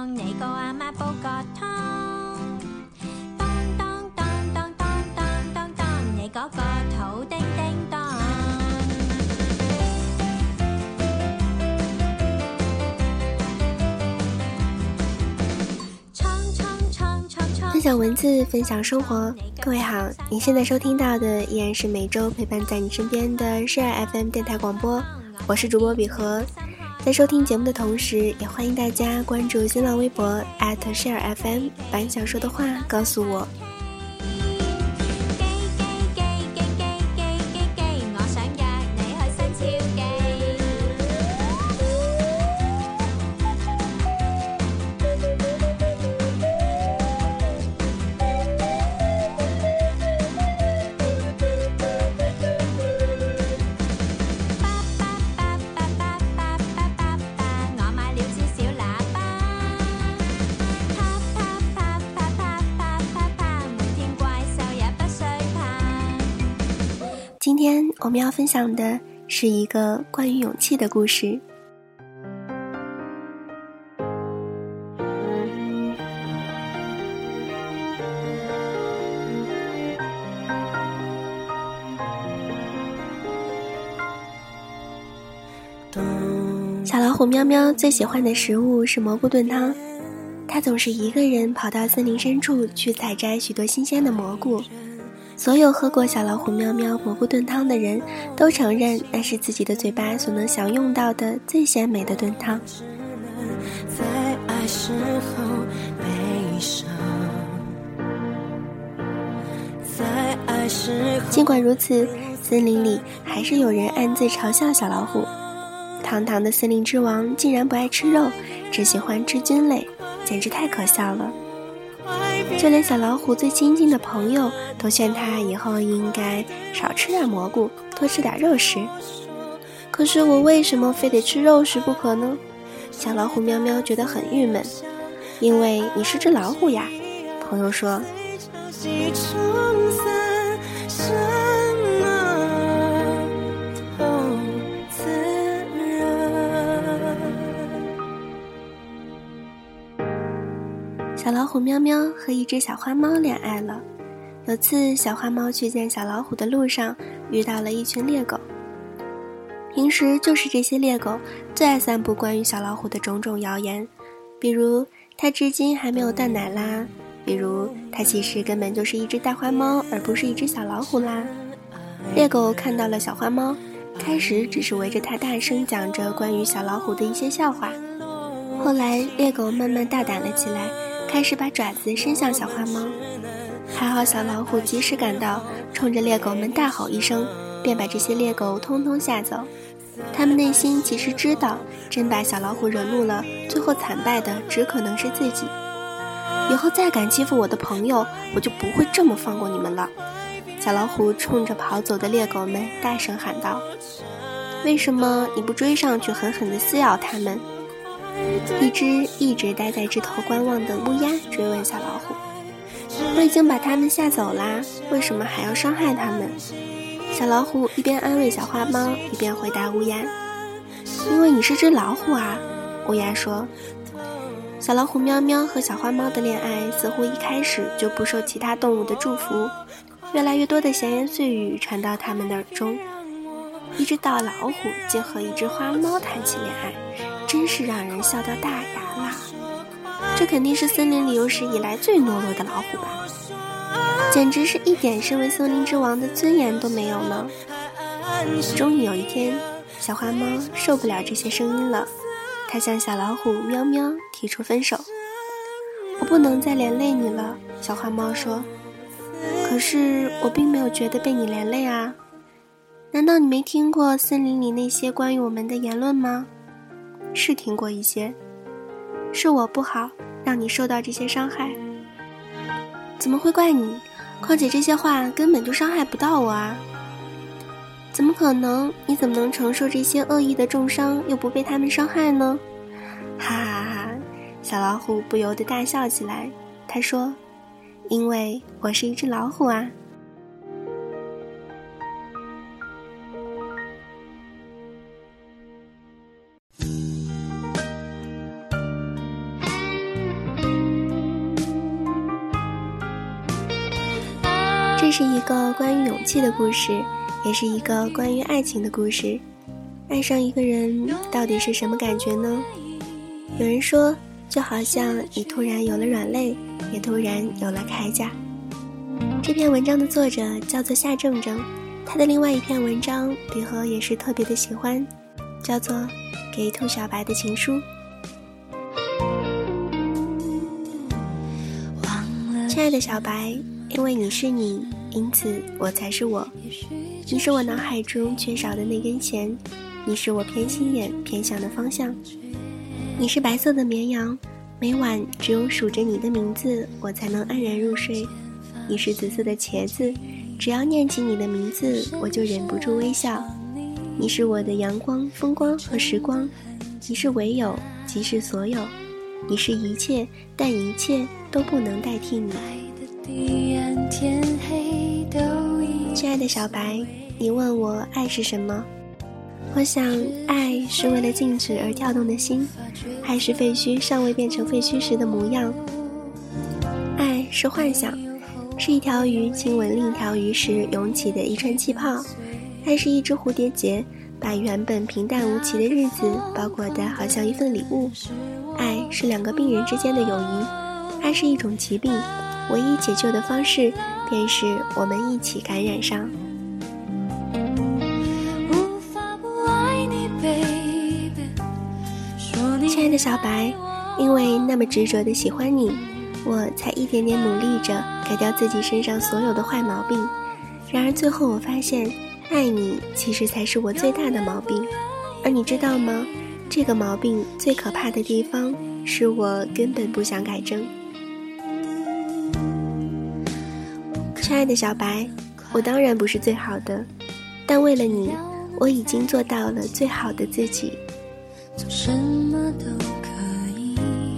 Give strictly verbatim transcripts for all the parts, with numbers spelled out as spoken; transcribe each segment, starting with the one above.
當你個阿媽煲個湯，當當當當當當當當，你嗰個肚叮叮當。 分享文字，分享生活。各位好，你现在收听到的依然是每周陪伴在你身边的诗尔 F M 电台广播，我是主播比和。在收听节目的同时，也欢迎大家关注新浪微博 at 诗尔 F M， 把你想说的话告诉我。今天我们要分享的是一个关于勇气的故事。小老虎喵喵最喜欢的食物是蘑菇炖汤，它总是一个人跑到森林深处去采摘许多新鲜的蘑菇。所有喝过小老虎喵喵蘑菇炖汤的人都承认，那是自己的嘴巴所能享用到的最鲜美的炖汤。在爱时候悲伤，在爱时候。尽管如此，森林里还是有人暗自嘲笑小老虎。堂堂的森林之王竟然不爱吃肉，只喜欢吃菌类，简直太可笑了。就连小老虎最亲近的朋友都劝他以后应该少吃点蘑菇，多吃点肉食。可是我为什么非得吃肉食不可呢？小老虎喵喵觉得很郁闷。因为你是只老虎呀，朋友说。小老虎喵喵和一只小花猫恋爱了。有次小花猫去见小老虎的路上遇到了一群猎狗，平时就是这些猎狗最爱散布关于小老虎的种种谣言，比如它至今还没有断奶啦，比如它其实根本就是一只大花猫而不是一只小老虎啦。猎狗看到了小花猫，开始只是围着它大声讲着关于小老虎的一些笑话，后来猎狗慢慢大胆了起来，开始把爪子伸向小花猫。还好小老虎及时赶到，冲着猎狗们大吼一声，便把这些猎狗通通吓走。他们内心其实知道，真把小老虎惹怒了，最后惨败的只可能是自己。以后再敢欺负我的朋友，我就不会这么放过你们了。小老虎冲着跑走的猎狗们大声喊道。为什么你不追上去狠狠地撕咬他们？一只一直待在枝头观望的乌鸦追问小老虎。我已经把他们吓走啦，为什么还要伤害他们？小老虎一边安慰小花猫，一边回答乌鸦。因为你是只老虎啊，乌鸦说。小老虎喵喵和小花猫的恋爱似乎一开始就不受其他动物的祝福，越来越多的闲言碎语传到他们的耳中。一只大老虎竟和一只花猫谈起恋爱，真是让人笑掉大牙啦。这肯定是森林里有史以来最懦弱的老虎吧，简直是一点身为森林之王的尊严都没有呢。终于有一天，小花猫受不了这些声音了，它向小老虎喵喵提出分手。我不能再连累你了，小花猫说。可是我并没有觉得被你连累啊。难道你没听过森林里那些关于我们的言论吗？是听过一些，是我不好，让你受到这些伤害。怎么会怪你？况且这些话根本就伤害不到我啊。怎么可能？你怎么能承受这些恶意的重伤，又不被他们伤害呢？哈哈哈！小老虎不由得大笑起来。他说：“因为我是一只老虎啊。” 这是一个关于勇气的故事，也是一个关于爱情的故事。爱上一个人到底是什么感觉呢？有人说，就好像你突然有了软肋，也突然有了铠甲。这篇文章的作者叫做夏正正，他的另外一篇文章笔盒也是特别的喜欢，叫做《给兔小白的情书》。亲爱的小白，因为你是你，因此我才是我。你是我脑海中缺少的那根弦，你是我偏心眼偏向的方向。你是白色的绵羊，每晚只有数着你的名字，我才能安然入睡。你是紫色的茄子，只要念起你的名字，我就忍不住微笑。你是我的阳光、风光和时光，你是唯有，即是所有。你是一切，但一切都不能代替你。亲爱的小白，你问我爱是什么？我想，爱是为了静止而跳动的心，爱是废墟尚未变成废墟时的模样，爱是幻想，是一条鱼亲吻另一条鱼时涌起的一串气泡，爱是一只蝴蝶结，把原本平淡无奇的日子包裹得好像一份礼物。爱是两个病人之间的友谊，爱是一种疾病，唯一解救的方式便是我们一起感染上。亲爱的小白，因为那么执着的喜欢你，我才一点点努力着改掉自己身上所有的坏毛病。然而最后我发现，爱你其实才是我最大的毛病。而你知道吗？这个毛病最可怕的地方是我根本不想改正。亲爱的小白，我当然不是最好的，但为了你，我已经做到了最好的自己。做什么都可以。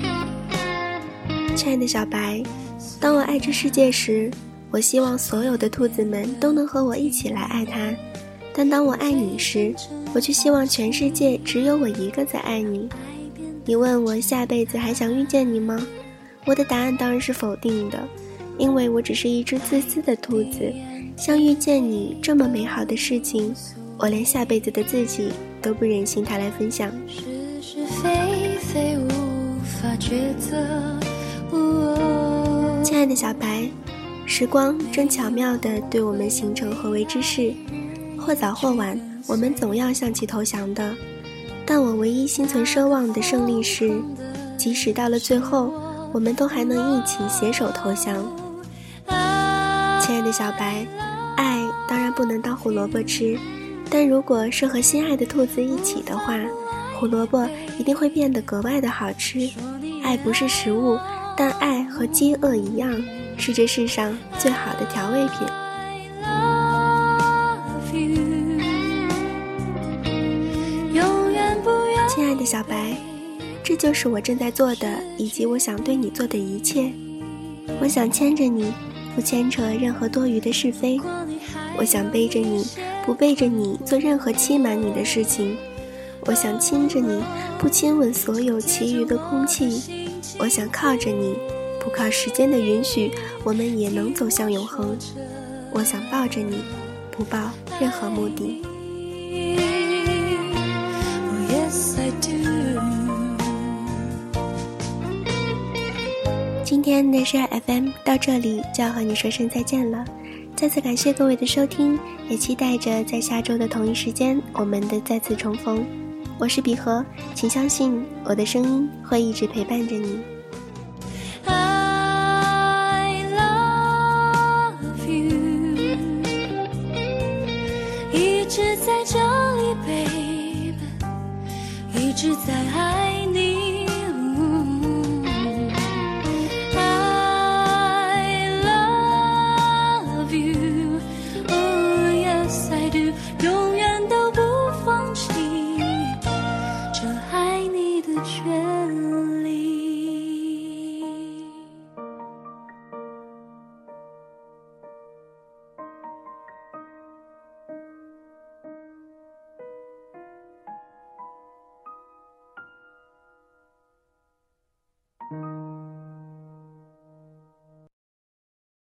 亲爱的小白，当我爱这世界时，我希望所有的兔子们都能和我一起来爱它，但当我爱你时，我却希望全世界只有我一个在爱你。你问我下辈子还想遇见你吗？我的答案当然是否定的，因为我只是一只自私的兔子，像遇见你这么美好的事情，我连下辈子的自己都不忍心他来分享。是是非非无法抉择。亲爱的小白，时光正巧妙地对我们形成合围之势，或早或晚，我们总要向其投降的。但我唯一心存奢望的胜利是，即使到了最后，我们都还能一起携手投降。亲爱的小白，爱当然不能当胡萝卜吃，但如果是和心爱的兔子一起的话，胡萝卜一定会变得格外的好吃。爱不是食物，但爱和饥饿一样，是这世上最好的调味品。亲爱的小白，这就是我正在做的，以及我想对你做的一切。我想牵着你，不牵扯任何多余的是非。我想背着你，不背着你做任何欺瞒你的事情。我想亲着你，不亲吻所有其余的空气。我想靠着你，不靠时间的允许，我们也能走向永恒。我想抱着你，不抱任何目的。今天的十二 F M 到这里就要和你说声再见了，再次感谢各位的收听，也期待着在下周的同一时间我们的再次重逢。我是比和，请相信我的声音会一直陪伴着你。 I love you， 一直在这里 baby， 一直在爱你。永远都不放弃这爱你的权